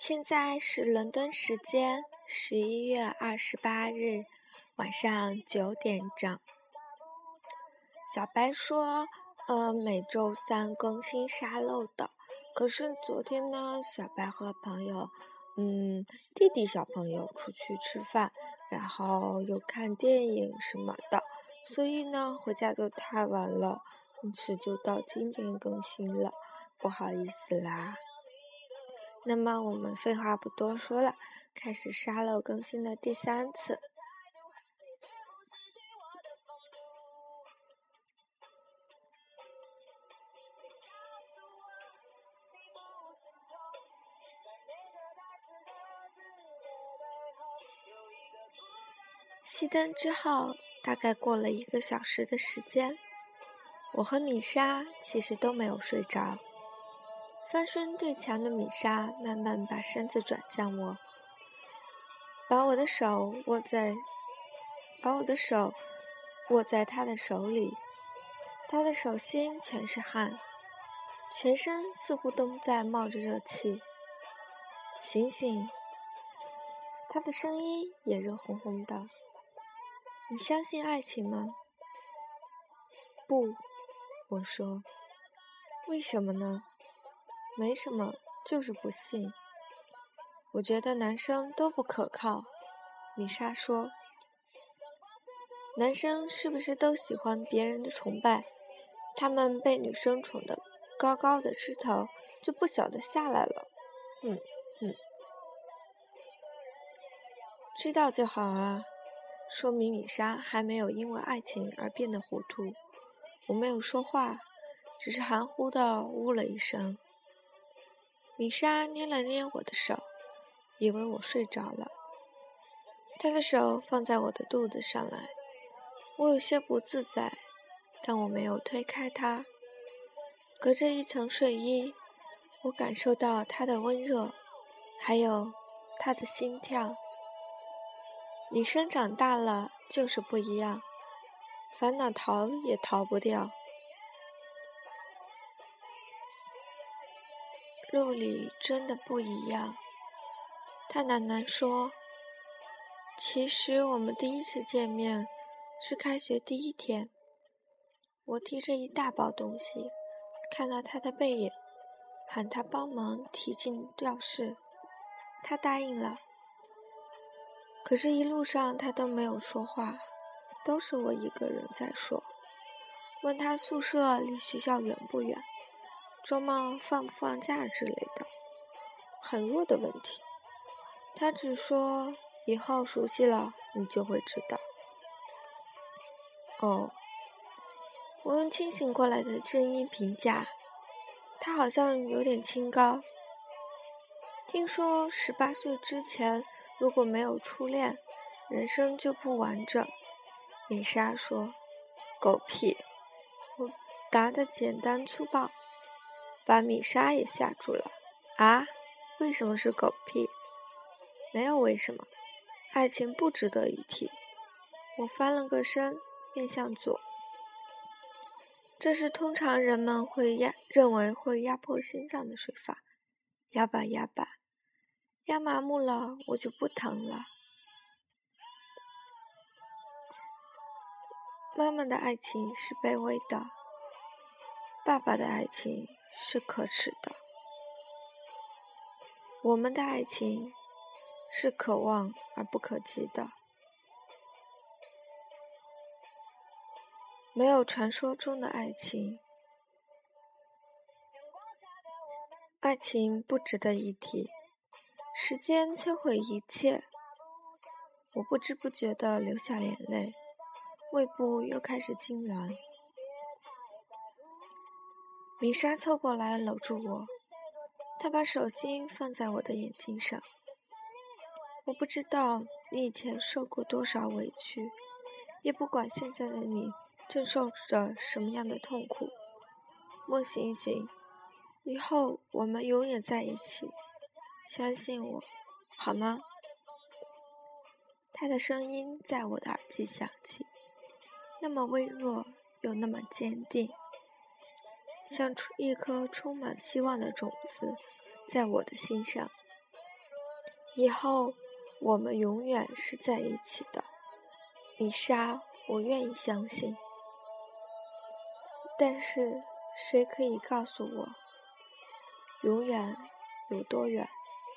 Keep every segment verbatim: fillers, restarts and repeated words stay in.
现在是伦敦时间十一月二十八日晚上九点整。小白说，呃，每周三更新沙漏的。可是昨天呢，小白和朋友，嗯，弟弟小朋友出去吃饭，然后又看电影什么的，所以呢，回家就太晚了，因此就到今天更新了，不好意思啦。那么我们废话不多说了，开始沙漏更新的第三次。熄灯之后，大概过了一个小时的时间，我和米莎其实都没有睡着。翻身对墙的米莎慢慢把身子转向我，把我的手握在，把我的手握在她的手里。她的手心全是汗，全身似乎都在冒着热气。醒醒！她的声音也热烘烘的。你相信爱情吗？不，我说。为什么呢？没什么，就是不信。我觉得男生都不可靠，米莎说。男生是不是都喜欢别人的崇拜？他们被女生宠得高高的枝头，就不晓得下来了。嗯嗯，知道就好啊，说明米莎还没有因为爱情而变得糊涂。我没有说话，只是含糊地呜了一声。米莎捏了捏我的手，以为我睡着了。她的手放在我的肚子上来，我有些不自在，但我没有推开她。隔着一层睡衣，我感受到她的温热，还有她的心跳。女生长大了就是不一样，烦恼逃也逃不掉。肉里真的不一样，她喃喃说。其实我们第一次见面是开学第一天，我提着一大包东西，看到她的背影，喊她帮忙提进教室，她答应了。可是一路上她都没有说话，都是我一个人在说。问她宿舍离学校远不远，周末放不放假之类的，很弱的问题。她只说以后熟悉了你就会知道。哦，我用清醒过来的声音评价，她好像有点清高。听说十八岁之前如果没有初恋，人生就不完整。米莎说。狗屁！我答得简单粗暴，把米莎也吓住了。啊？为什么是狗屁？没有为什么，爱情不值得一提。我翻了个身，面向左。这是通常人们会压认为会压迫心脏的睡法。压吧压吧，压麻木了，我就不疼了。妈妈的爱情是卑微的，爸爸的爱情是可耻的，我们的爱情是可望而不可及的。没有传说中的爱情，爱情不值得一提，时间摧毁一切。我不知不觉地流下眼泪，胃部又开始痉挛。米莎凑过来搂住我，她把手心放在我的眼睛上。我不知道你以前受过多少委屈，也不管现在的你正受着什么样的痛苦。莫醒醒，以后我们永远在一起，相信我，好吗？他的声音在我的耳际响起，那么微弱又那么坚定，像一颗充满希望的种子在我的心上。 以后我们永远是在一起的，米莎，我愿意相信。但是谁可以告诉我，永远有多远？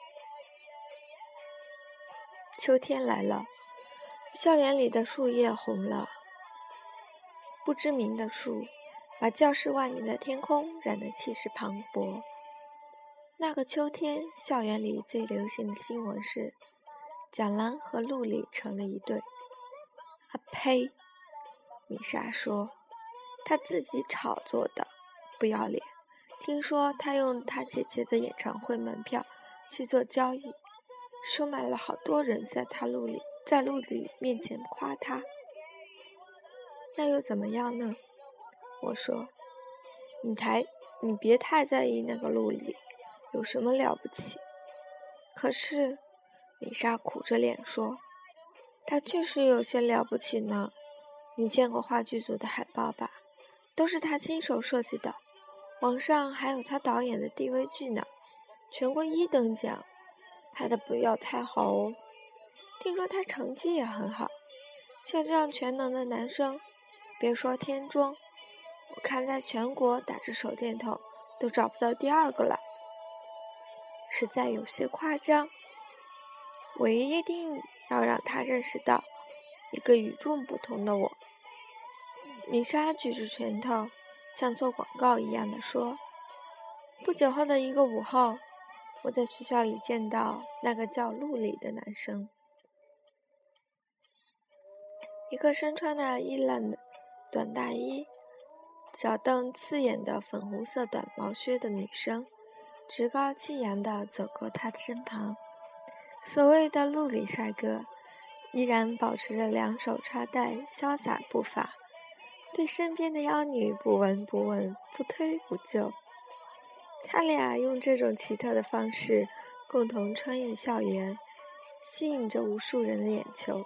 秋天来了，校园里的树叶红了，不知名的树把教室外面的天空染得气势磅礴。那个秋天，校园里最流行的新闻是蒋兰和陆离成了一对。啊呸！米莎说，他自己炒作的，不要脸。听说他用他姐姐的演唱会门票去做交易，收买了好多人在他陆离在陆离面前夸他。那又怎么样呢？我说，你太你别太在意那个陆离，有什么了不起？可是米莎苦着脸说，他确实有些了不起呢。你见过话剧组的海报吧？都是他亲手设计的，网上还有他导演的 D V 剧呢，全国一等奖，拍的不要太好哦。听说他成绩也很好，像这样全能的男生，别说天中，我看在全国打着手电筒都找不到第二个了，实在有些夸张。我一定要让他认识到一个与众不同的我。米莎举着拳头，像做广告一样的说。不久后的一个午后，我在学校里见到那个叫陆离的男生，一个身穿的衣烂的短大衣、脚蹬刺眼的粉红色短毛靴的女生，趾高气扬地走过他的身旁。所谓的陆离帅哥，依然保持着两手插袋潇洒步伐，对身边的妖女不闻不问，不推不就。他俩用这种奇特的方式共同穿越校园，吸引着无数人的眼球。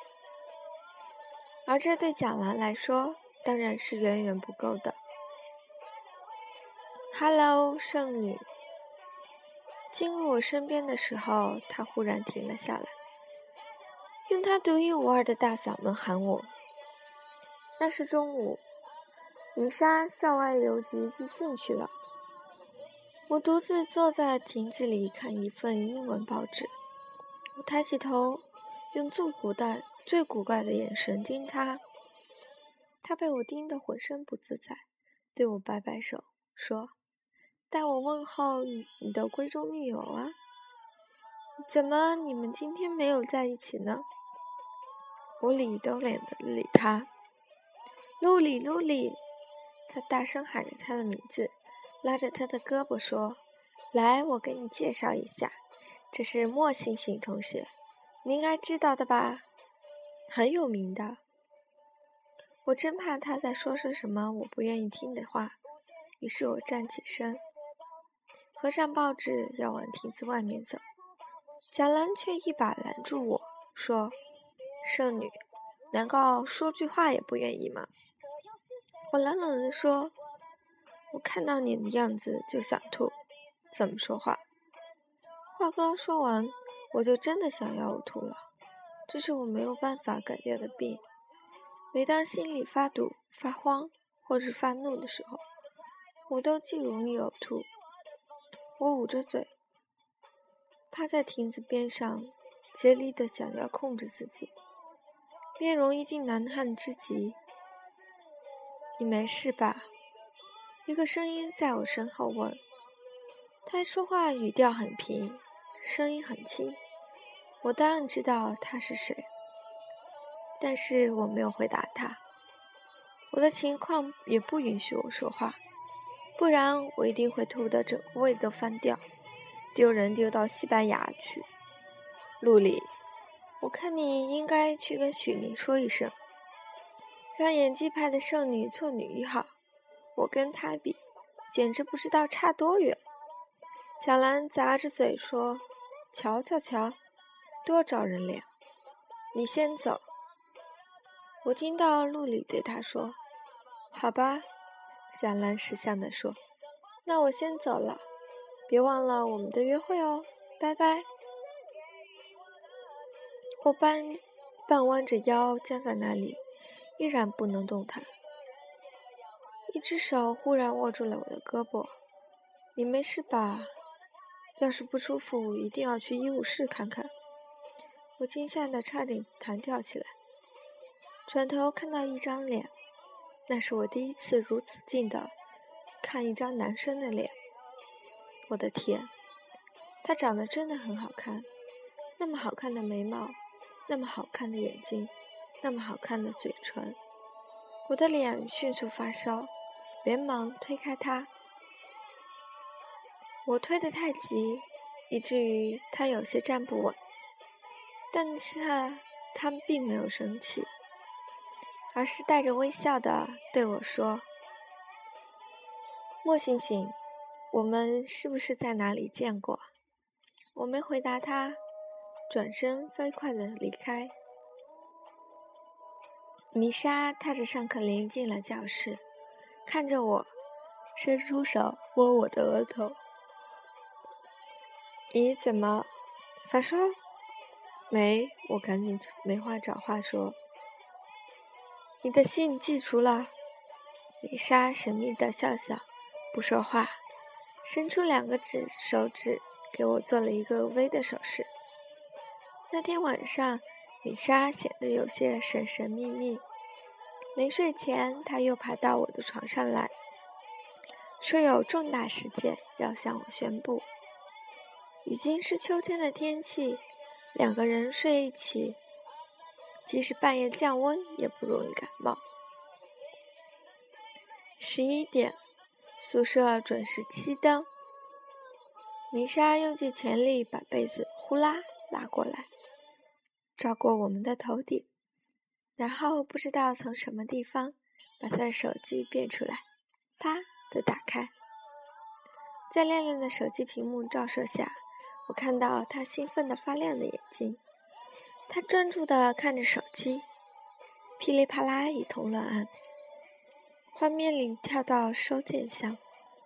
而这对蒋兰来说当然是远远不够的。哈喽，圣女。经过我身边的时候，她忽然停了下来，用她独一无二的大嗓门喊我。那是中午，米莎校外邮局寄信去了，我独自坐在亭子里看一份英文报纸。我抬起头，用最古怪、最古怪的眼神盯他。他被我盯得浑身不自在，对我摆摆手，说：“带我问候你的闺中密友啊！怎么你们今天没有在一起呢？”我理都懒得理他。陆离，陆离！他大声喊着他的名字，拉着他的胳膊说：“来，我给你介绍一下，这是莫星星同学，你应该知道的吧？很有名的。”我真怕他在说些什么我不愿意听的话，于是我站起身，合上报纸要往亭子外面走。蒋兰却一把拦住我，说：“圣女，难道说句话也不愿意吗？”我冷冷地说：“我看到你的样子就想吐，怎么说话？”话刚说完，我就真的想要呕吐了。这是我没有办法改掉的病。每当心里发堵、发慌或是发怒的时候，我都既容易呕吐。我捂着嘴，趴在亭子边上，竭力地想要控制自己，面容一定难看之极。你没事吧？一个声音在我身后问。他说话语调很平，声音很轻。我当然知道他是谁，但是我没有回答他。我的情况也不允许我说话，不然我一定会吐得整个胃都翻掉，丢人丢到西班牙去。陆离，我看你应该去跟许宁说一声，让演技派的圣女做女一号。我跟她比，简直不知道差多远。蒋兰咂着嘴说：“瞧瞧瞧，多招人怜。你先走。”我听到陆离对他说：“好吧。”蒋兰识相地说：“那我先走了，别忘了我们的约会哦，拜拜。” 我半半弯着腰僵在那里，依然不能动弹。一只手忽然握住了我的胳膊。你没事吧？要是不舒服，一定要去医务室看看。我惊吓得差点弹跳起来，转头看到一张脸，那是我第一次如此近的看一张男生的脸。我的天，他长得真的很好看，那么好看的眉毛，那么好看的眼睛，那么好看的嘴唇。我的脸迅速发烧，连忙推开他。我推得太急，以至于他有些站不稳，但是他他并没有生气，而是带着微笑的对我说：莫醒醒，我们是不是在哪里见过？我没回答他，转身飞快地离开。米莎踏着上课铃进了教室，看着我，伸出手摸我的额头。你怎么发烧？没，我赶紧没话找话说。你的信寄出了？米莎神秘地笑笑，不说话，伸出两个指手指给我做了一个 V 的手势。那天晚上，米莎显得有些神神秘秘。临睡前，她又爬到我的床上来，说有重大事件要向我宣布。已经是秋天的天气，两个人睡一起，即使半夜降温也不容易感冒。十一点，宿舍准时熄灯。米莎用尽全力把被子呼啦拉过来，照过我们的头顶，然后不知道从什么地方把她的手机变出来，啪地打开。在亮亮的手机屏幕照射下，我看到他兴奋地发亮的眼睛，他专注地看着手机，噼里啪啦一通乱按。画面里跳到收件箱，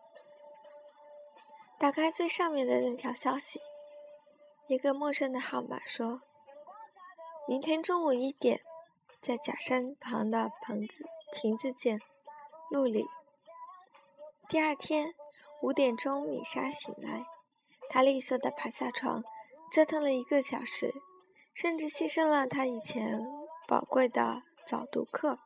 打开最上面的那条消息，一个陌生的号码说：明天中午一点，在假山旁的棚子亭子见，陆里。第二天五点钟，米莎醒来，她利索地爬下床，折腾了一个小时，甚至牺牲了她以前宝贵的早读课。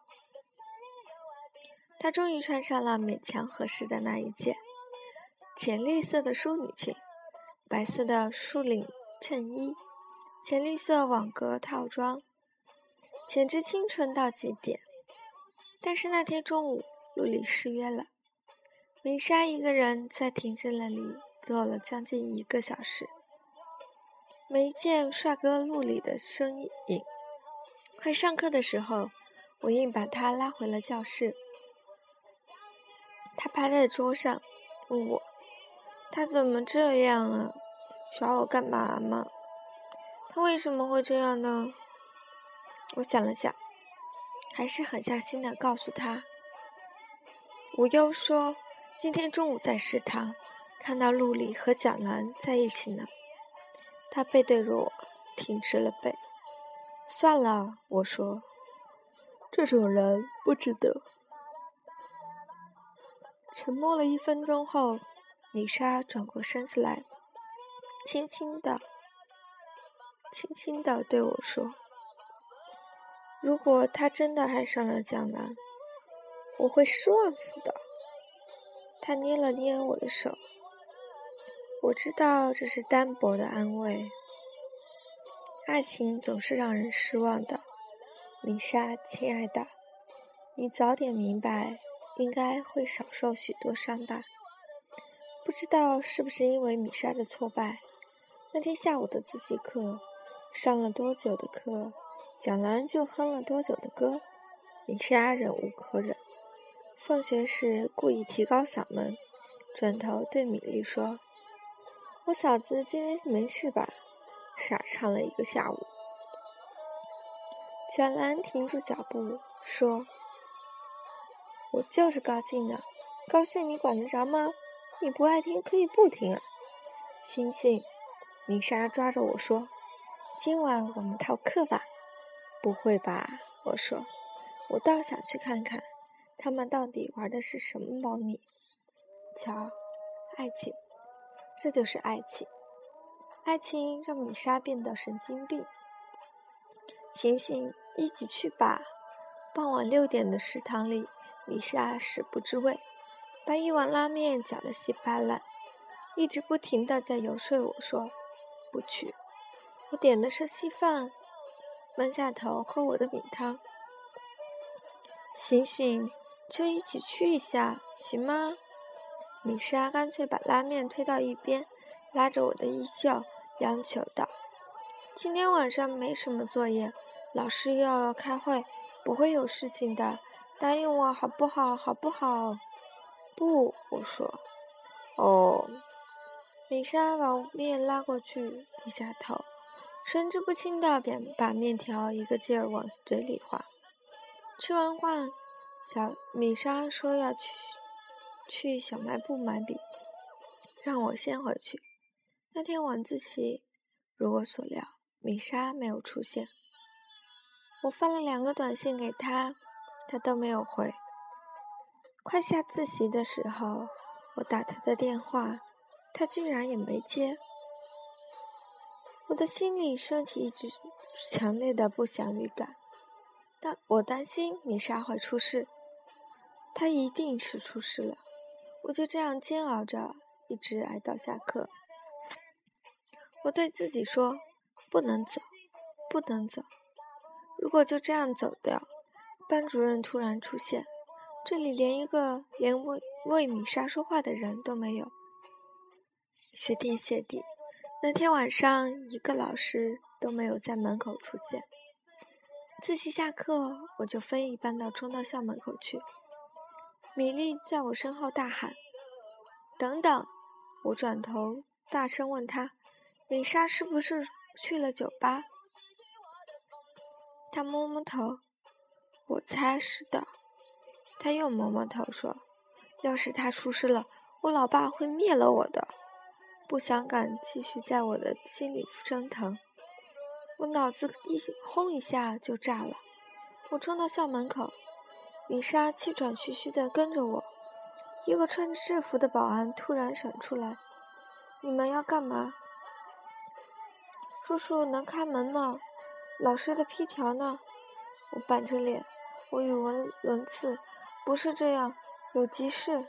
她终于穿上了勉强合适的那一件浅绿色的淑女裙，白色的束领衬衣，浅绿色网格套装，简直清纯到极点。但是那天中午，陆里失约了，米莎一个人在亭子那里坐了将近一个小时，没见帅哥陆里的身影。快上课的时候，我硬把他拉回了教室。他趴在桌上问我，他怎么这样啊？耍我干嘛嘛？他为什么会这样呢？我想了想，还是狠下心的告诉他。无忧说，今天中午在食堂看到陆里和蒋兰在一起呢。他背对着我，挺直了背。算了，我说，这种人不值得。沉默了一分钟后，米莎转过身子来，轻轻地轻轻地对我说，如果他真的爱上了蒋兰，我会失望死的。他捏了捏我的手，我知道这是单薄的安慰。爱情总是让人失望的，米莎亲爱的，你早点明白，应该会少受许多伤吧。不知道是不是因为米莎的挫败，那天下午的自习课上了多久的课，蒋兰就哼了多久的歌，米莎忍无可忍，放学时故意提高嗓门，转头对米粒说，我嫂子今天没事吧？傻唱了一个下午。蒋兰停住脚步说，我就是高兴呢，高兴你管得着吗？你不爱听可以不听啊。星星，米莎抓着我说， 今晚我们逃课吧？不会吧，我说，我倒想去看看，他们到底玩的是什么猫腻。瞧，爱情，这就是爱情。爱情让米莎变得神经病。醒醒，一起去吧。傍晚六点的食堂里，米莎食不知味，把一碗拉面搅得稀巴烂，一直不停地在游说我说不去。我点的是稀饭，闷下头喝我的米汤。醒醒，就一起去一下，行吗？米莎干脆把拉面推到一边，拉着我的衣袖，央求道：今天晚上没什么作业，老师又要开会，不会有事情的，答应我好不好？好不好？不，我说。哦，米莎把面拉过去，低下头，神志不清地便把面条一个劲儿往嘴里划。吃完饭，小米莎说要去去小卖部买笔，让我先回去。那天晚自习，如我所料，米莎没有出现。我发了两个短信给她，她都没有回。快下自习的时候，我打她的电话，她居然也没接。我的心里升起一直强烈的不祥预感，但我担心米莎会出事，她一定是出事了。我就这样煎熬着，一直挨到下课。我对自己说，不能走，不能走。如果就这样走掉，班主任突然出现，这里连一个连为为米莎说话的人都没有。谢天谢地，那天晚上一个老师都没有在门口出现。自习下课，我就飞一般地冲到校门口去。米莉在我身后大喊：等等！我转头大声问她，米莎是不是去了酒吧？她摸摸头，我猜是的。她又摸摸头说，要是她出事了，我老爸会灭了我的。不想感继续在我的心里升腾，我脑子一轰一下就炸了。我冲到校门口，米莎气喘吁吁地跟着我。一个穿着制服的保安突然闪出来，你们要干嘛？叔叔能开门吗？老师的批条呢？我板着脸，我语无伦次，不是这样，有急事。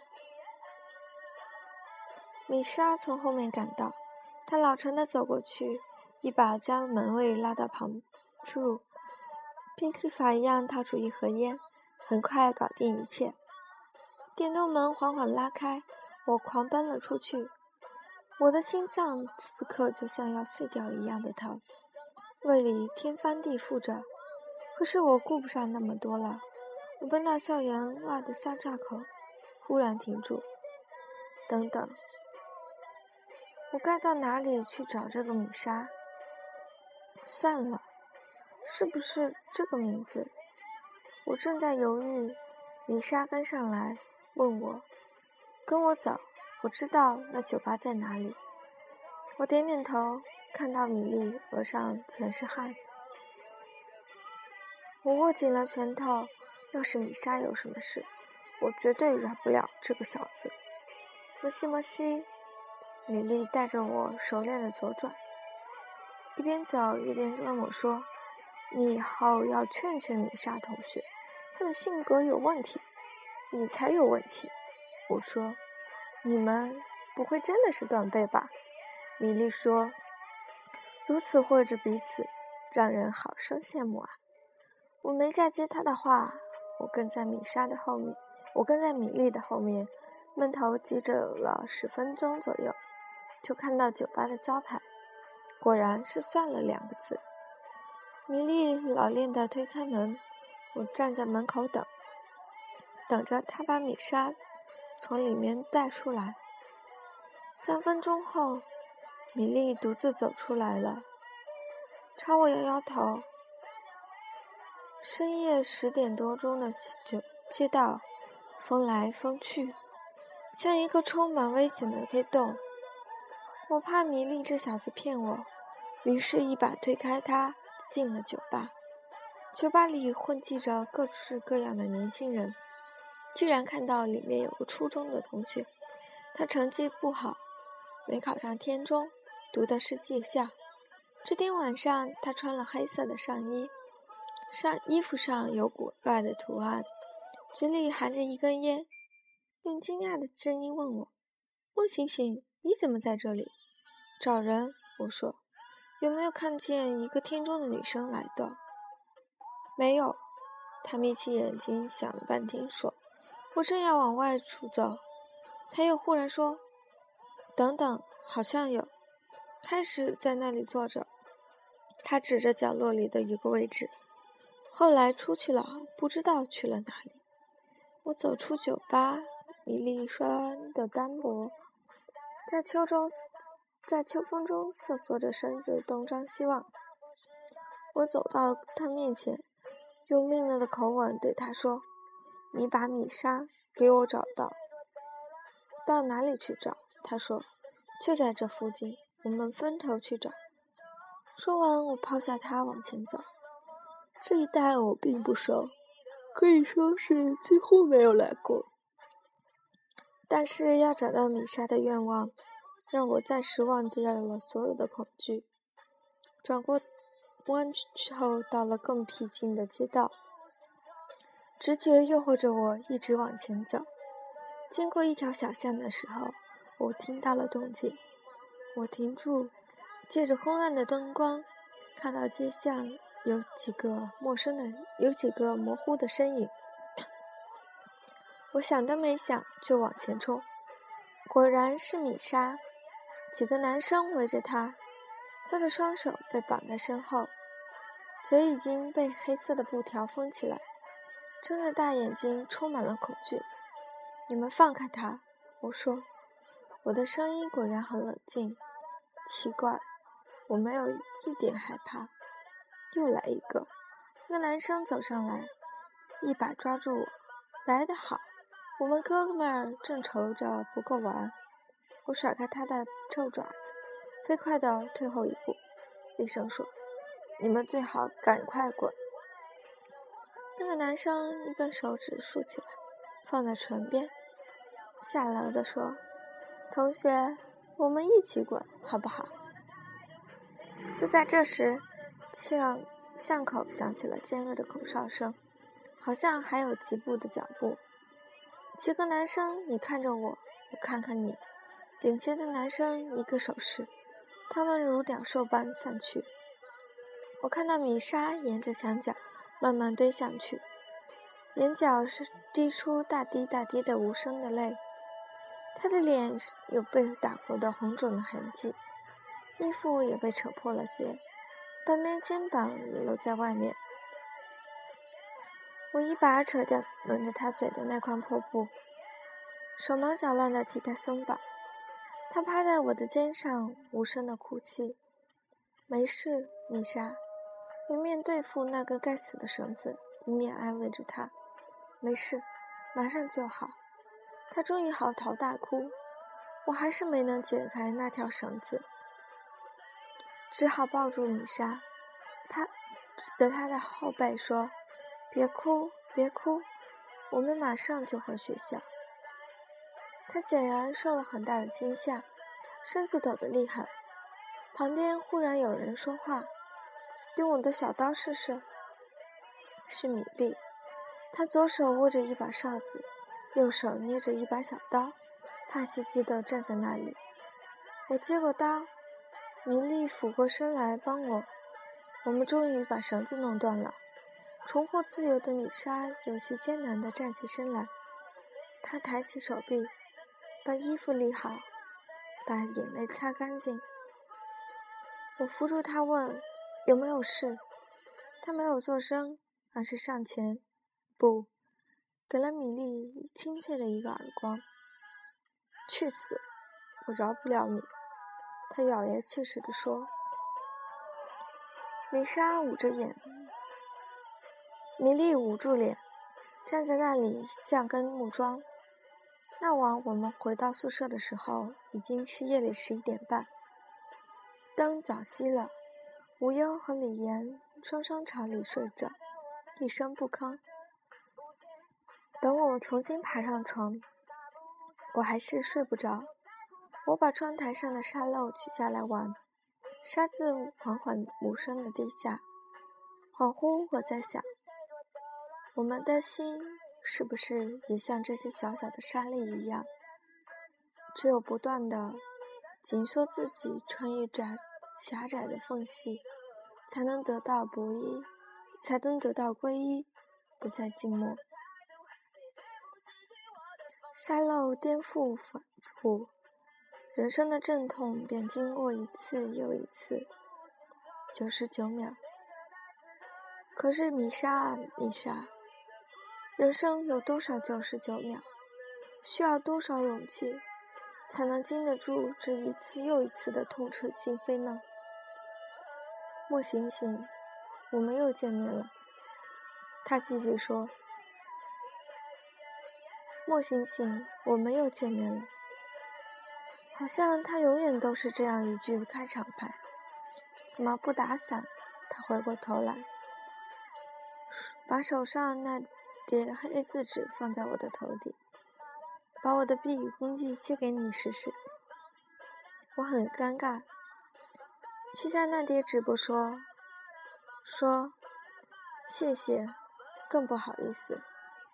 米莎从后面赶到，她老成地走过去，一把将门卫拉到旁处，变戏法一样掏出一盒烟，很快搞定一切。电动门缓缓拉开，我狂奔了出去。我的心脏此刻就像要碎掉一样的疼，胃里天翻地覆着。可是我顾不上那么多了，我奔到校园外的三岔口，忽然停住。等等，我该到哪里去找这个米莎？算了，是不是这个名字？我正在犹豫，米莎跟上来问我，跟我走，我知道那酒吧在哪里。我点点头，看到米莉额上全是汗。我握紧了拳头，要是米莎有什么事，我绝对饶不了这个小子。摩西摩西，米莉带着我熟练的左转，一边走一边跟我说，你以后要劝劝米莎同学，她的性格有问题，你才有问题。我说，你们不会真的是断背吧？米莉说，如此护着彼此，让人好生羡慕啊。我没再接她的话，我跟在米莎的后面，我跟在米莉的后面，闷头急着了十分钟左右，就看到酒吧的招牌，果然是算了两个字。米莉老练地推开门，我站在门口等，等着她把米莎从里面带出来。三分钟后，米莉独自走出来了，朝我摇摇头。深夜十点多钟的街道，风来风去，像一个充满危险的黑洞。我怕米莉这小子骗我， 于是一把推开他，进了酒吧。酒吧里混迹着各式各样的年轻人，居然看到里面有个初中的同学，他成绩不好，没考上天中，读的是技校。这天晚上，他穿了黑色的上衣，上衣服上有古怪的图案，嘴里含着一根烟，用惊讶的声音问我：“莫醒醒，你怎么在这里？”“找人。”我说。“有没有看见一个天中的女生来的？”“没有。”他眯起眼睛想了半天说：“我正要往外出走。”他又忽然说：“等等，好像有。”开始在那里坐着，他指着角落里的一个位置。后来出去了，不知道去了哪里。我走出酒吧，米莉拴的单薄，在秋中，在秋风中瑟缩着身子东张西望。我走到他面前，用命令的口吻对他说：“你把米莎给我找到。”“到哪里去找？”他说。“就在这附近，我们分头去找。”说完，我抛下他往前走。这一带我并不熟，可以说是几乎没有来过。但是要找到米莎的愿望，让我暂时忘掉了所有的恐惧。转过弯后，到了更僻静的街道，直觉诱惑着我一直往前走。经过一条小巷的时候，我听到了动静。我停住，借着昏暗的灯光，看到街巷有几个陌生的，有几个模糊的身影。我想都没想就往前冲，果然是米莎。几个男生围着她，她的双手被绑在身后，嘴已经被黑色的布条封起来，睁着大眼睛，充满了恐惧。“你们放开她！”我说。我的声音果然很冷静。奇怪，我没有一点害怕。又来一个，那个男生走上来，一把抓住我。“来得好，我们哥们儿正愁着不够玩。”我甩开他的臭爪子，飞快地退后一步，厉声说：“你们最好赶快滚！”那个男生一根手指竖起来，放在唇边，下楼地说：“同学，我们一起滚，好不好？”就在这时，巷巷口响起了尖锐的口哨声，好像还有疾步的脚步。几个男生，你看着我，我看看你。领先的男生一个手势，他们如鸟兽般散去。我看到米莎沿着墙角慢慢堆上去，眼角是滴出大滴大滴的无声的泪。她的脸有被打过的红肿的痕迹，衣服也被扯破了些，半边肩膀露在外面。我一把扯掉蒙着她嘴的那块破布，手忙脚乱地替她松绑。她趴在我的肩上，无声地哭泣。“没事，米莎。”一面对付那根该死的绳子，一面安慰着她。“没事，马上就好。”她终于嚎啕大哭，我还是没能解开那条绳子，只好抱住米莎，她指着她的后背说：“别哭，别哭，我们马上就回学校。”她显然受了很大的惊吓，身子抖得厉害。旁边忽然有人说话：“用我的小刀试试。”是米莉，她左手握着一把哨子，右手捏着一把小刀，怕兮兮地站在那里。我接过刀，米莉俯过身来帮我，我们终于把绳子弄断了。重获自由的米莎有些艰难地站起身来，她抬起手臂，把衣服理好，把眼泪擦干净。我扶住她问：“有没有事？”她没有作声，而是上前，不，给了米莉亲切的一个耳光。“去死！我饶不了你！”她咬牙切齿地说。米莎捂着眼，米莉捂住脸，站在那里像根木桩。那晚我们回到宿舍的时候，已经是夜里十一点半，灯早熄了。 无忧和李岩双双朝里睡着，一声不吭。等我重新爬上床，我还是睡不着。我把窗台上的沙漏取下来玩，沙子缓缓无声地滴下。恍惚我在想，我们的心是不是也像这些小小的沙粒一样，只有不断地紧缩自己，穿越窄狭窄的缝隙，才能得到不依，才能得到归依，不再静默。沙漏颠覆反复，人生的阵痛便经过一次又一次。九十九秒。可是米莎啊米莎，人生有多少九十九秒？需要多少勇气，才能经得住这一次又一次的痛彻心扉呢？莫醒醒，我们又见面了。他继续说，莫醒醒，我们又见面了。好像他永远都是这样一句开场白。怎么不打伞？他回过头来，把手上那叠黑字纸放在我的头顶，把我的避雨工具借给你试试。我很尴尬，取下那叠纸不说，说谢谢，更不好意思，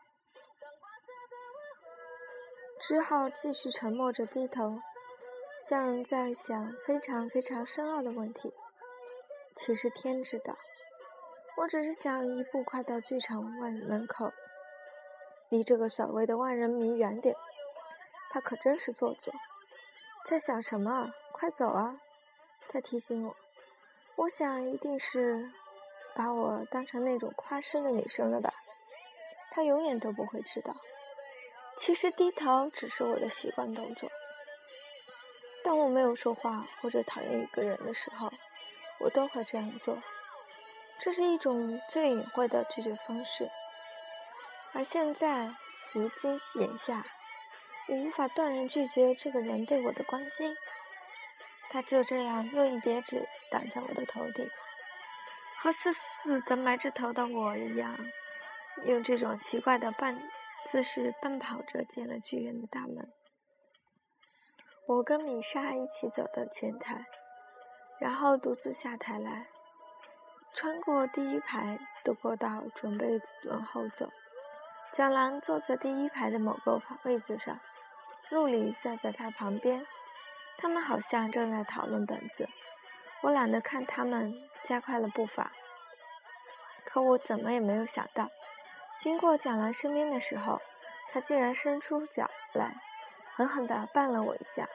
只好继续沉默着低头，像在想非常非常深奥的问题。其实天知道，我只是想一步快到剧场外门口，离这个所谓的万人迷远点。他可真是做作，在想什么？快走啊！他提醒我，我想一定是把我当成那种夸饰的女生了吧。他永远都不会知道，其实低头只是我的习惯动作。当我没有说话或者讨厌一个人的时候，我都会这样做，这是一种最隐晦的拒绝方式。而现在，如今眼下，我无法断然拒绝这个人对我的关心。他就这样用一叠纸挡在我的头顶，和死死地埋着头的我一样，用这种奇怪的半姿势奔跑着进了剧院的大门。我跟米莎一起走到前台，然后独自下台来，穿过第一排的过道，准备往后走。蒋兰坐在第一排的某个位子上，陆离站在他旁边，他们好像正在讨论本子。我懒得看他们，加快了步伐。可我怎么也没有想到，经过蒋兰身边的时候，他竟然伸出脚来，狠狠地绊了我一下。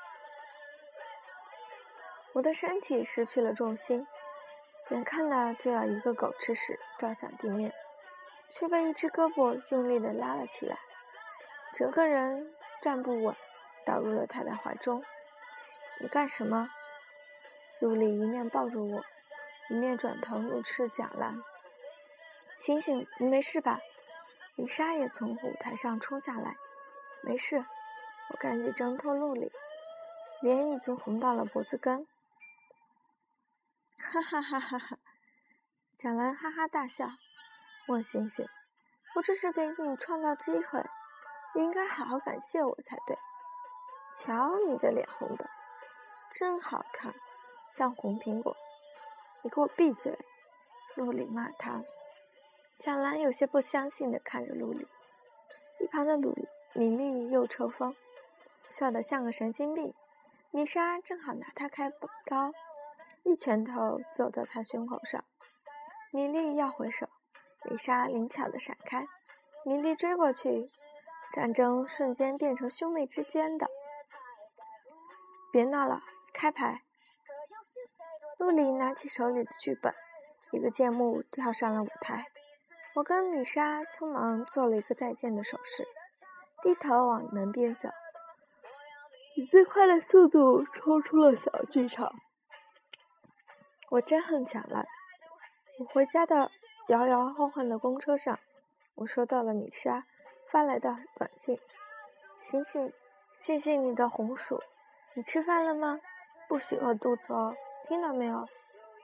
我的身体失去了重心，眼看了就要一个狗吃屎撞向地面，却被一只胳膊用力地拉了起来，整个人站不稳，倒入了他的怀中。你干什么？陆离一面抱住我，一面转头怒斥蒋兰。醒醒，你没事吧？米莎也从舞台上冲下来。没事。我赶紧挣脱陆离，脸已经红到了脖子根。哈哈哈哈哈！蒋兰哈哈大笑。莫醒醒，我这是给你创造机会，你应该好好感谢我才对。瞧你的脸红的，真好看，像红苹果。你给我闭嘴！陆离骂他。蒋兰有些不相信地看着陆离，一旁的陆米粒又抽风，笑得像个神经病。米莎正好拿他开刀，一拳头揍到他胸口上。米粒要回手，米莎灵巧地闪开，米粒追过去，战争瞬间变成兄妹之间的。别闹了，开牌！陆离拿起手里的剧本，一个箭幕跳上了舞台。我跟米莎匆忙做了一个再见的手势，低头往门边走，以最快的速度冲出了小剧场。我真恨蒋兰。我回家的摇摇晃晃的公车上，我收到了米莎发来的短信。醒醒，谢谢你的红薯，你吃饭了吗？不许饿肚子哦，听到没有？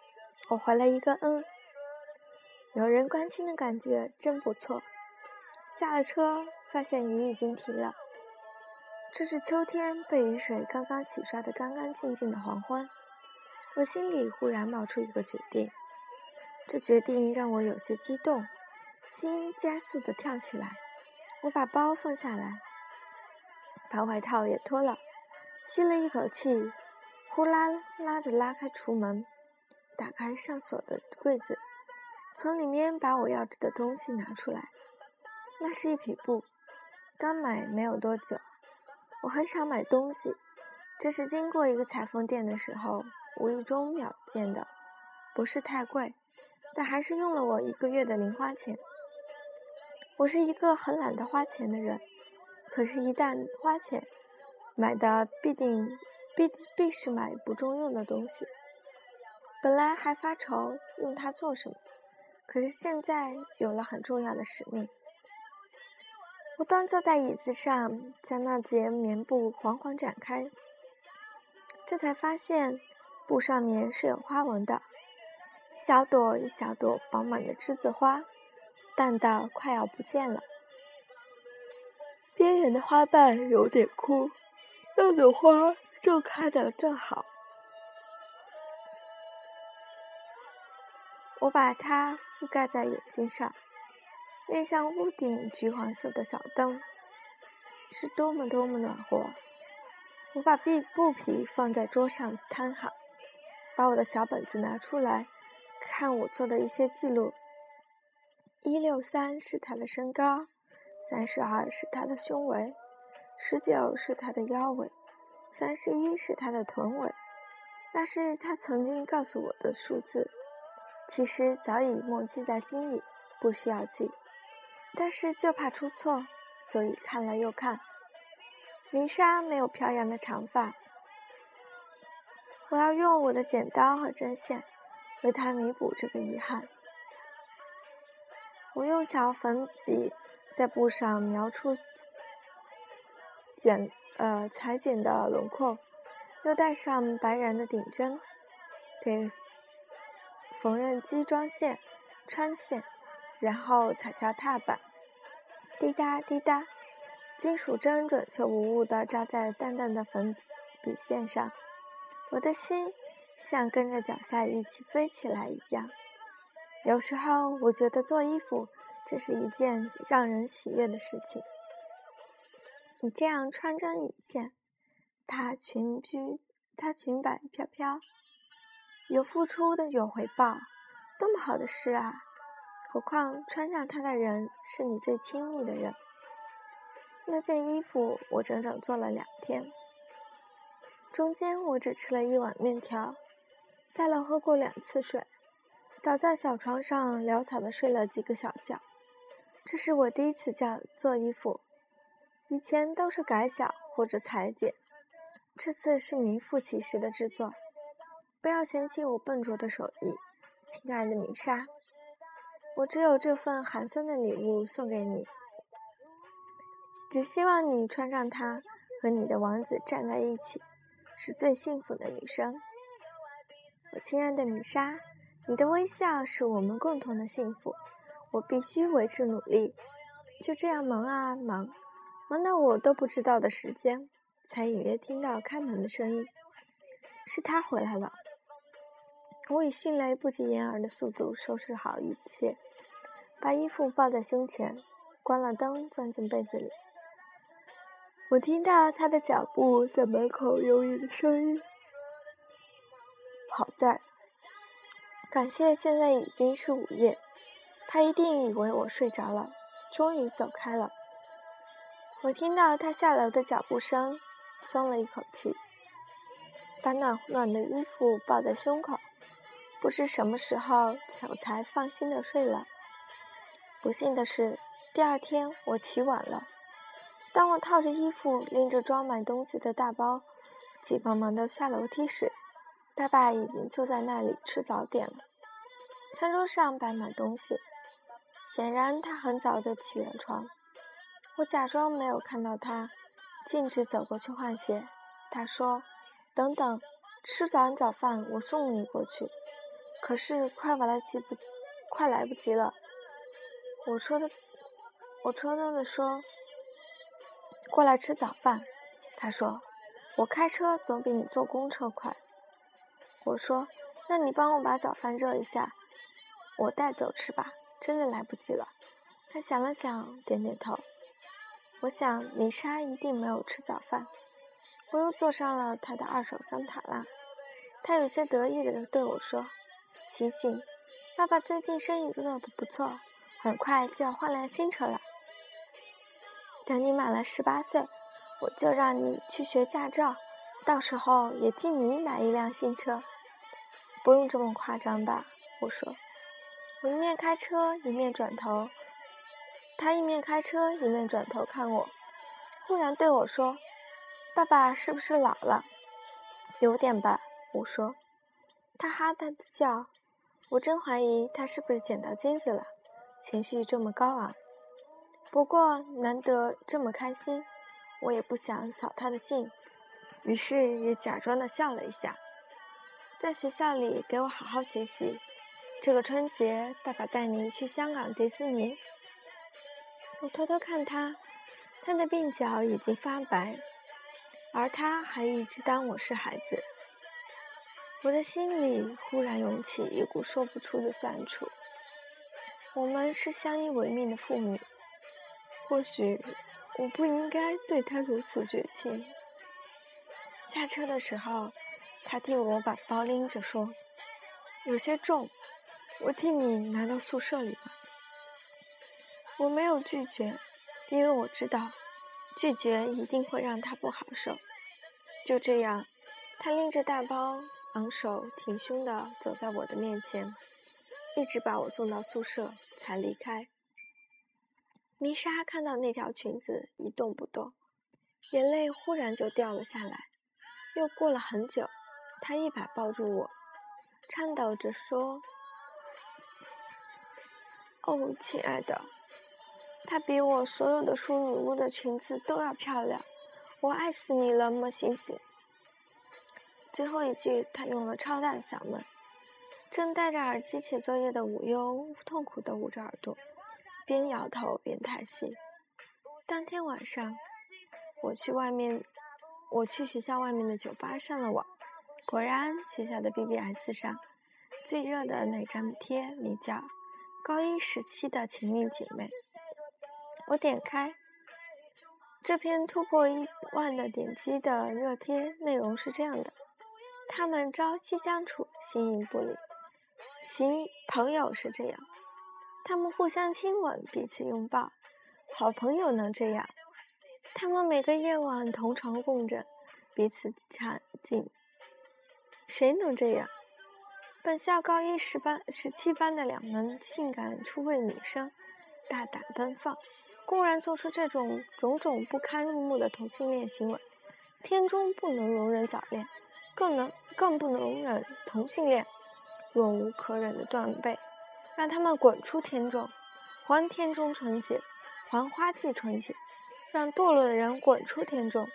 我回了一个嗯。有人关心的感觉真不错。下了车，发现雨已经停了。这是秋天被雨水刚刚洗刷得干干净净的黄昏。我心里忽然冒出一个决定，这决定让我有些激动，心加速地跳起来。我把包放下来，把外套也脱了，吸了一口气，呼啦啦地拉开橱门，打开上锁的柜子，从里面把我要着的东西拿出来。那是一匹布，刚买没有多久。我很少买东西，这是经过一个裁缝店的时候无意中瞄见的，不是太贵，但还是用了我一个月的零花钱。我是一个很懒得花钱的人，可是一旦花钱，买的必定必必是买不中用的东西。本来还发愁用它做什么，可是现在有了很重要的使命。我端坐在椅子上，将那截棉布缓缓展开，这才发现布上面是有花纹的，一小朵一小朵饱满的栀子花，淡到快要不见了。边缘的花瓣有点枯，那朵花正开得正好。我把它覆盖在眼睛上，面向屋顶橘黄色的小灯，是多么多么暖和。我把布皮放在桌上摊好，把我的小本子拿出来，看我做的一些记录。一六三是他的身高，三十二是他的胸围，十九是他的腰围，三十一是他的臀围。那是他曾经告诉我的数字，其实早已默记在心里，不需要记，但是就怕出错，所以看了又看。米莎没有飘扬的长发，我要用我的剪刀和针线为她弥补这个遗憾。我用小粉笔在布上描出剪呃裁剪的轮廓，又带上白染的顶针，给缝纫机装线、穿线，然后踩下踏板，滴答滴答，金属针准确无误地扎在淡淡的粉笔线上。我的心像跟着脚下一起飞起来一样。有时候我觉得做衣服这是一件让人喜悦的事情。你这样穿针引线，它裙居它裙摆飘飘，有付出的有回报，多么好的事啊！何况穿上它的人是你最亲密的人。那件衣服我整整做了两天，中间我只吃了一碗面条，下楼喝过两次水，倒在小床上潦草地睡了几个小觉。这是我第一次叫做衣服，以前都是改小或者裁剪，这次是名副其实的制作。不要嫌弃我笨拙的手艺，亲爱的米莎，我只有这份寒酸的礼物送给你，只希望你穿上它，和你的王子站在一起，是最幸福的女生。我亲爱的米莎，你的微笑是我们共同的幸福，我必须为之努力。就这样忙啊忙，忙到我都不知道的时间，才隐约听到开门的声音，是他回来了。我以迅雷不及掩耳的速度收拾好一切，把衣服抱在胸前，关了灯，钻进被子里。我听到他的脚步在门口犹豫的声音。好在，感谢现在已经是午夜，他一定以为我睡着了，终于走开了。我听到他下楼的脚步声，松了一口气，把暖暖的衣服抱在胸口，不知什么时候我才放心的睡了。不幸的是，第二天我起晚了。当我套着衣服，拎着装满东西的大包，急忙忙地下楼梯时，爸爸已经坐在那里吃早点了。餐桌上摆满东西，显然他很早就起了床。我假装没有看到他，径直走过去换鞋。他说：“等等，吃完早饭我送你过去。” 可是快来及不，快来不及了。我戳的，我戳灯的说：“过来吃早饭。”他说：“我开车总比你坐公车快。”我说：“那你帮我把早饭热一下，我带走吃吧，真的来不及了。”他想了想，点点头。我想米莎一定没有吃早饭。我又坐上了他的二手桑塔纳，他有些得意地对我说：“醒醒，爸爸最近生意做得不错，很快就要换辆新车了。等你满了十八岁，我就让你去学驾照，到时候也替你买一辆新车。”不用这么夸张吧，我说。我一面开车一面转头，他一面开车一面转头看我，忽然对我说：“爸爸是不是老了？”“有点吧。”我说。他哈哈的笑，我真怀疑他是不是捡到金子了，情绪这么高昂。不过难得这么开心，我也不想扫他的兴，于是也假装的笑了一下。在学校里给我好好学习，这个春节爸爸带你去香港迪士尼。我偷偷看他，他的鬓角已经发白，而他还一直当我是孩子。我的心里忽然涌起一股说不出的酸楚。我们是相依为命的父女，或许我不应该对他如此绝情。下车的时候，他替我把包拎着说：“有些重，我替你拿到宿舍里吧。”我没有拒绝，因为我知道拒绝一定会让他不好受。就这样，他拎着大包，昂首挺胸地走在我的面前，一直把我送到宿舍才离开。米莎看到那条裙子一动不动，眼泪忽然就掉了下来。又过了很久，她一把抱住我，颤抖着说：“哦，亲爱的，她比我所有的淑女屋的裙子都要漂亮，我爱死你了，莫星星。”最后一句，她用了超大的嗓门。正戴着耳机写作业的无忧痛苦地捂着耳朵，边摇头边叹息。当天晚上，我去外面，我去学校外面的酒吧上了网，果然学校的 B B S 上最热的那张贴名叫“高一时期的情侣姐妹”。我点开这篇突破一万的点击的热贴，内容是这样的：他们朝夕相处，形影不离。行朋友是这样，他们互相亲吻，彼此拥抱。好朋友能这样，他们每个夜晚同床共枕，彼此产尽。谁能这样？本校高一十班十七班的两门性感出位女生，大胆奔放，公然做出这种种种不堪入目的同性恋行为。天中不能容忍早恋，更能更不能容忍同性恋。若无可忍的断背，让他们滚出天中，还天中纯洁，还花季纯洁，让堕落的人滚出天中。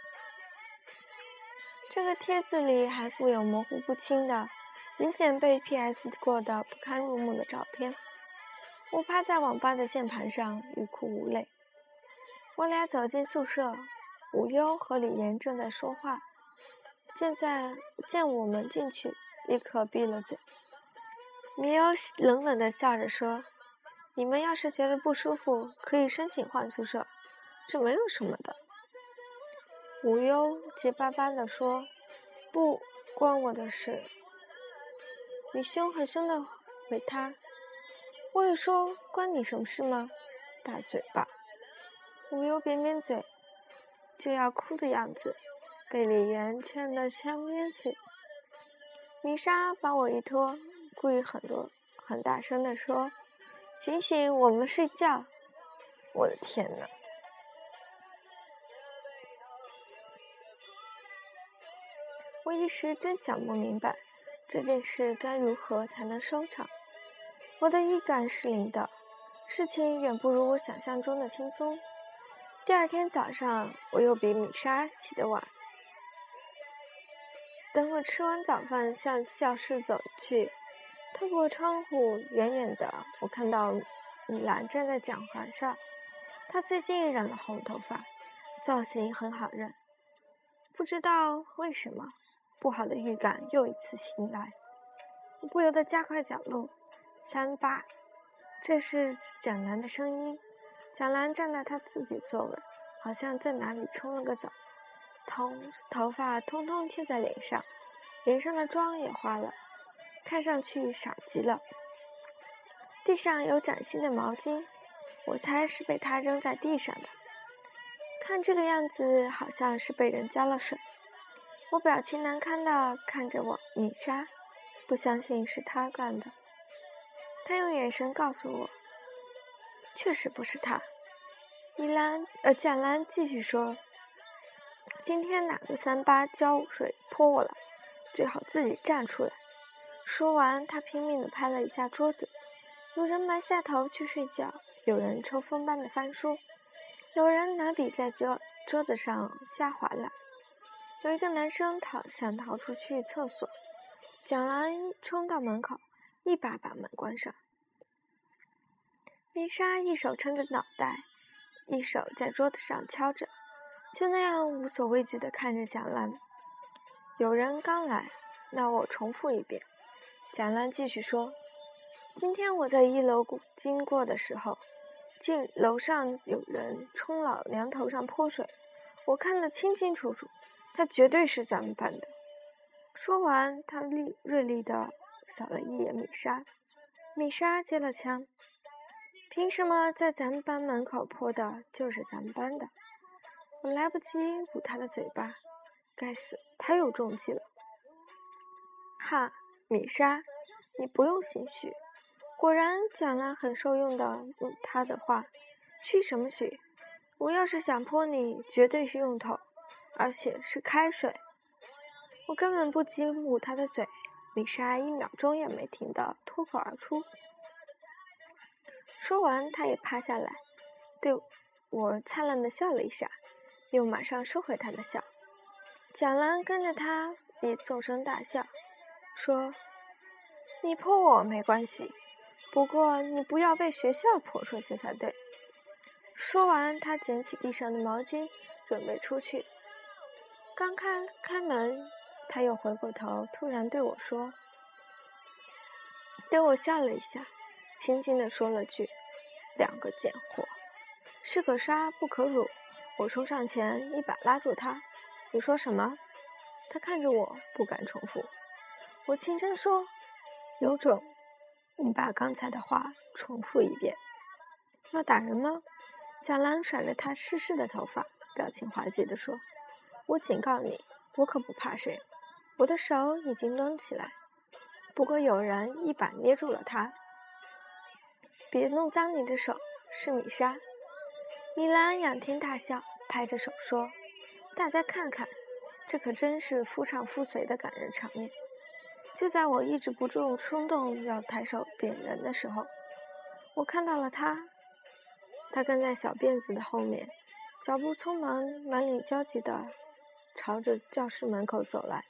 这个帖子里还附有模糊不清的、明显被 P S 过的不堪入目的照片。我趴在网吧的键盘上，欲哭无泪。我俩走进宿舍，无忧和李岩正在说话，见在见我们进去，立刻闭了嘴。米优冷冷地笑着说：“你们要是觉得不舒服，可以申请换宿舍，这没有什么的。”无忧结巴巴地说：“不关我的事。”你凶很凶地回他：“我也说关你什么事吗？大嘴巴。”无忧扁扁嘴，就要哭的样子，被李岩牵到墙边去。米莎把我一拖，故意很多很大声地说：“醒醒，我们睡觉。”我的天哪！我一时真想不明白，这件事该如何才能收场。我的预感是灵的，事情远不如我想象中的轻松。第二天早上，我又比米莎起得晚。等我吃完早饭向教室走去， 透过窗户，远远的，我看到米兰站在讲台上。她最近染了红头发，造型很好认。不知道为什么，不好的预感又一次袭来。我不由得加快脚步。三八，这是蒋兰的声音。蒋兰站在她自己座位，好像在哪里冲了个澡，头头发通通贴在脸上，脸上的妆也花了，看上去傻极了。地上有崭新的毛巾，我猜是被她扔在地上的。看这个样子，好像是被人浇了水。我表情难堪地看着我米莎，不相信是她干的。她用眼神告诉我，确实不是她。米兰，呃，蒋兰继续说，今天哪个三八浇水泼我了，最好自己站出来。说完，她拼命地拍了一下桌子。有人埋下头去睡觉，有人抽风般的翻书，有人拿笔在桌桌子上瞎划拉。有一个男生逃想逃出去厕所，蒋兰冲到门口，一把把门关上。米莎一手撑着脑袋，一手在桌子上敲着，就那样无所畏惧地看着蒋兰。有人刚来，那我重复一遍。蒋兰继续说，今天我在一楼经过的时候，进楼上有人冲老娘头上泼水，我看得清清楚楚，他绝对是咱们班的。说完，他厉锐利地扫了一眼米莎。米莎接了枪，凭什么在咱们班门口泼的就是咱们班的？我来不及捂他的嘴巴，该死，他又中计了。哈，米莎，你不用心虚。果然，蒋兰很受用的用他的话，虚什么虚？我要是想泼你，绝对是用头，而且是开水。我根本不及捂他的嘴，米莎一秒钟也没停的脱口而出。说完，他也趴下来，对我灿烂的笑了一下，又马上收回他的笑。蒋兰跟着他也纵声大笑，说：“你泼我没关系。不过你不要被学校泼出去才对。”说完，他捡起地上的毛巾，准备出去。刚开开门，他又回过头，突然对我说，对我笑了一下，轻轻地说了句：“两个贱货，士可杀不可辱。”我冲上前，一把拉住他：“你说什么？”他看着我，不敢重复。我轻声说：“有种，你把刚才的话重复一遍。”要打人吗？蒋兰甩着他湿湿的头发，表情滑稽地说：“我警告你，我可不怕谁。”我的手已经抡起来，不过有人一把捏住了他。“别弄脏你的手，是米莎。”米兰仰天大笑，拍着手说：“大家看看，这可真是夫唱妇随的感人场面。”就在我抑制不住冲动要抬手扁人的时候，我看到了他。他跟在小辫子的后面，脚步匆忙，满脸焦急地朝着教室门口走来。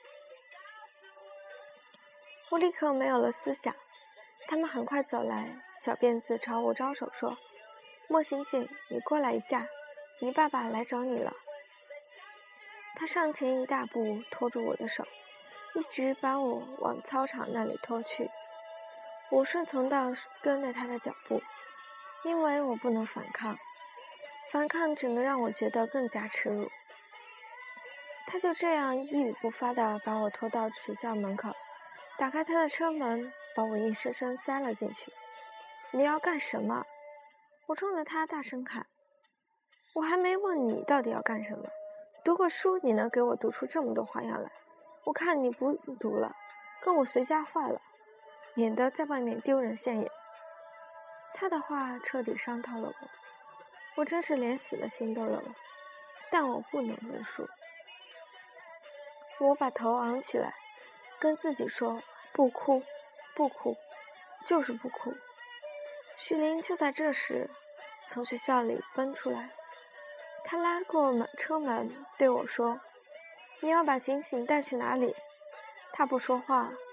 我立刻没有了思想。他们很快走来，小辫子朝我招手说：“莫醒醒，你过来一下，你爸爸来找你了。”他上前一大步，拖住我的手，一直把我往操场那里拖去。我顺从地跟着他的脚步，因为我不能反抗，反抗只能让我觉得更加耻辱。他就这样一语不发地把我拖到学校门口，打开他的车门，把我硬生生塞了进去。“你要干什么？”我冲着他大声喊。“我还没问你到底要干什么。读过书，你能给我读出这么多花样来？我看你不读了，跟我随家坏了，免得在外面丢人现眼。”他的话彻底伤透了我，我真是连死的心都有了，但我不能认输。我把头昂起来，跟自己说：“不哭，不哭，就是不哭。”许林就在这时从学校里奔出来，他拉过门车门对我说：“你要把醒醒带去哪里？”他不说话，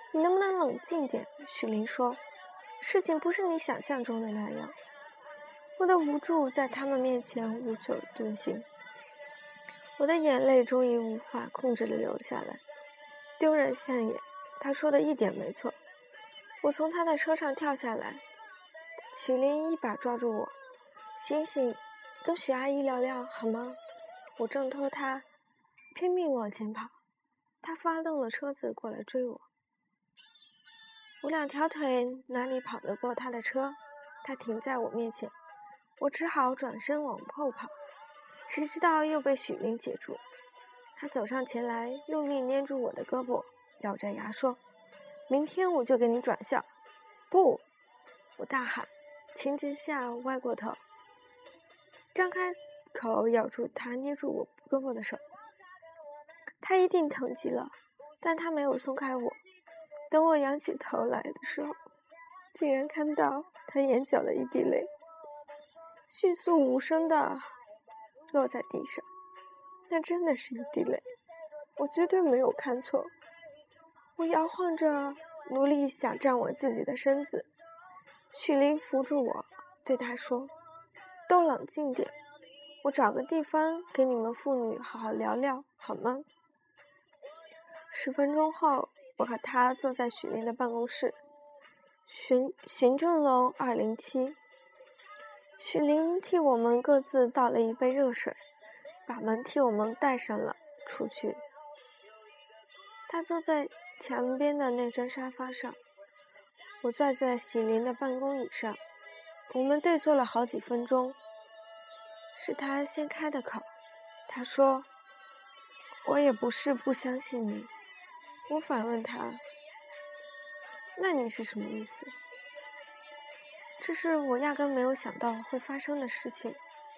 你能不能冷静点？许林说，事情不是你想象中的那样。我的无助在他们面前无所遁形，我的眼泪终于无法控制地流下来。丢人现眼，他说的一点没错。我从他的车上跳下来，许林一把抓住我，醒醒，跟许阿姨聊聊好吗？我挣脱他，拼命往前跑，他发动了车子过来追我。我两条腿哪里跑得过他的车？他停在我面前，我只好转身往后跑，谁知道又被许林截住。他走上前来，用力捏住我的胳膊，咬着牙说，明天我就给你转校。不！我大喊，情急之下歪过头，张开口咬住他捏住我胳膊的手。他一定疼极了，但他没有松开我。等我仰起头来的时候，竟然看到他眼角的一滴泪迅速无声地落在地上。那真的是一滴泪，我绝对没有看错。我摇晃着，努力想站稳自己的身子。许林扶住我，对他说，都冷静点，我找个地方给你们父女好好聊聊好吗？十分钟后，我和他坐在许林的办公室，行行政楼二零七。许林替我们各自倒了一杯热水，把门替我们带上了出去。他坐在墙边的那张沙发上，我坐在许林的办公椅上，我们对坐了好几分钟。是他先开的口，他说，我也不是不相信你。我反问他，那你是什么意思？这是我压根没有想到会发生的事情。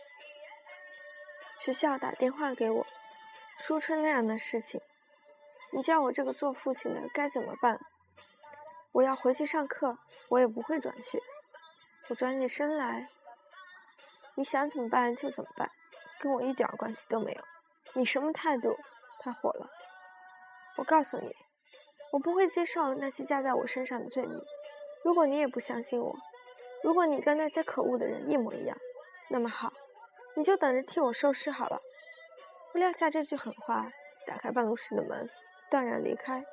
学校打电话给我，说出那样的事情，你叫我这个做父亲的该怎么办？我要回去上课，我也不会转学。我转起身来，你想怎么办就怎么办，跟我一点关系都没有。你什么态度？他火了。我告诉你，我不会接受那些加在我身上的罪名。如果你也不相信我，如果你跟那些可恶的人一模一样，那么好，你就等着替我收尸好了。我撂下这句狠话，打开办公室的门，断然离开。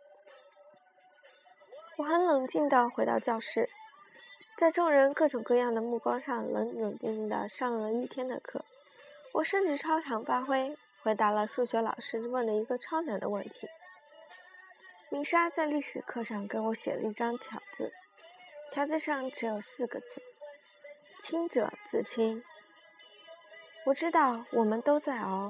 我很冷静地回到教室，在众人各种各样的目光上冷冷静静地上了一天的课。我甚至超常发挥，回答了数学老师问的一个超难的问题。米莎在历史课上给我写了一张条子，条子上只有四个字，清者自清。我知道我们都在熬，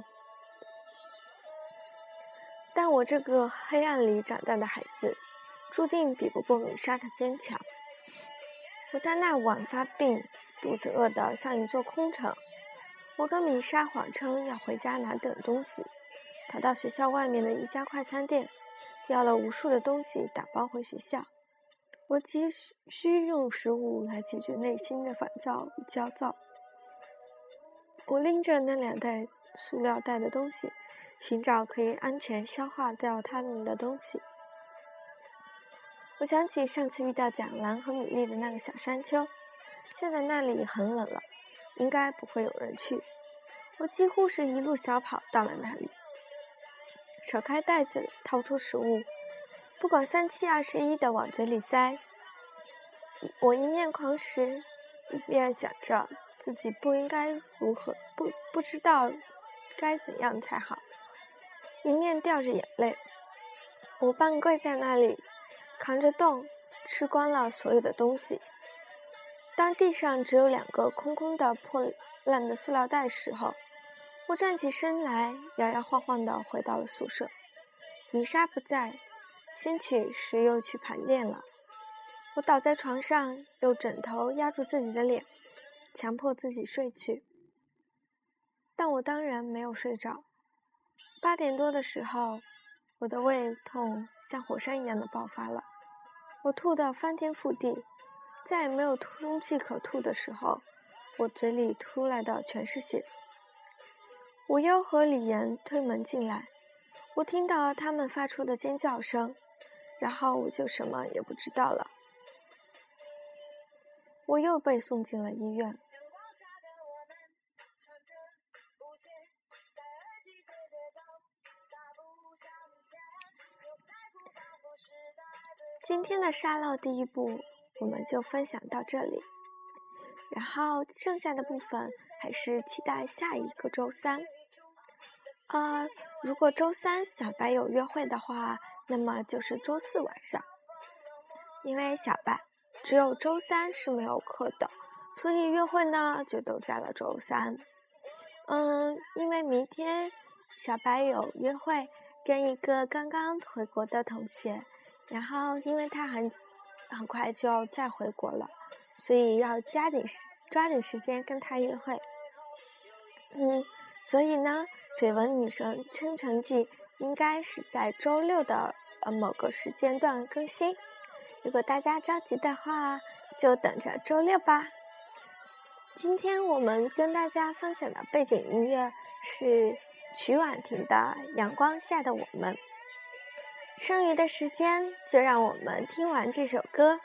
但我这个黑暗里长大的孩子注定比不过米莎的坚强。我在那晚发病，肚子饿得像一座空城。我跟米莎谎称要回家拿点东西，跑到学校外面的一家快餐店，要了无数的东西打包回学校。我急需用食物来解决内心的烦躁与焦躁。我拎着那两袋塑料袋的东西，寻找可以安全消化掉它们的东西。我想起上次遇到蒋兰和米粒的那个小山丘，现在那里很冷了，应该不会有人去。我几乎是一路小跑到了那里，扯开袋子，掏出食物，不管三七二十一的往嘴里塞。我一面狂食，一边想着自己不应该如何，不不知道该怎样才好，一面掉着眼泪。我半跪在那里，扛着洞，吃光了所有的东西。当地上只有两个空空的破烂的塑料袋时候，我站起身来，摇摇晃晃地回到了宿舍。米莎不在，兴许是又去盘店了。我倒在床上，用枕头压住自己的脸，强迫自己睡去。但我当然没有睡着。八点多的时候，我的胃痛像火山一样的爆发了，我吐得翻天覆地，再也没有空气可吐的时候，我嘴里出来的全是血。我优和李岩推门进来，我听到他们发出的尖叫声， 然后我就什么也不知道了。我又被送进了医院。今天的沙漏第一部我们就分享到这里，然后剩下的部分还是期待下一个周三。呃，如果周三小白有约会的话，那么就是周四晚上，因为小白只有周三是没有课的，所以约会呢就都在了周三。嗯，因为明天小白有约会，跟一个刚刚回国的同学，然后因为他很很快就要再回国了，所以要加紧抓紧时间跟他约会。嗯，所以呢，绯闻女神生成记应该是在周六的呃某个时间段更新。如果大家着急的话，就等着周六吧。今天我们跟大家分享的背景音乐是曲婉婷的《阳光下的我们》。剩余的时间，就让我们听完这首歌。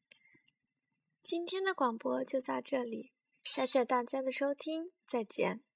今天的广播就到这里，谢谢大家的收听，再见。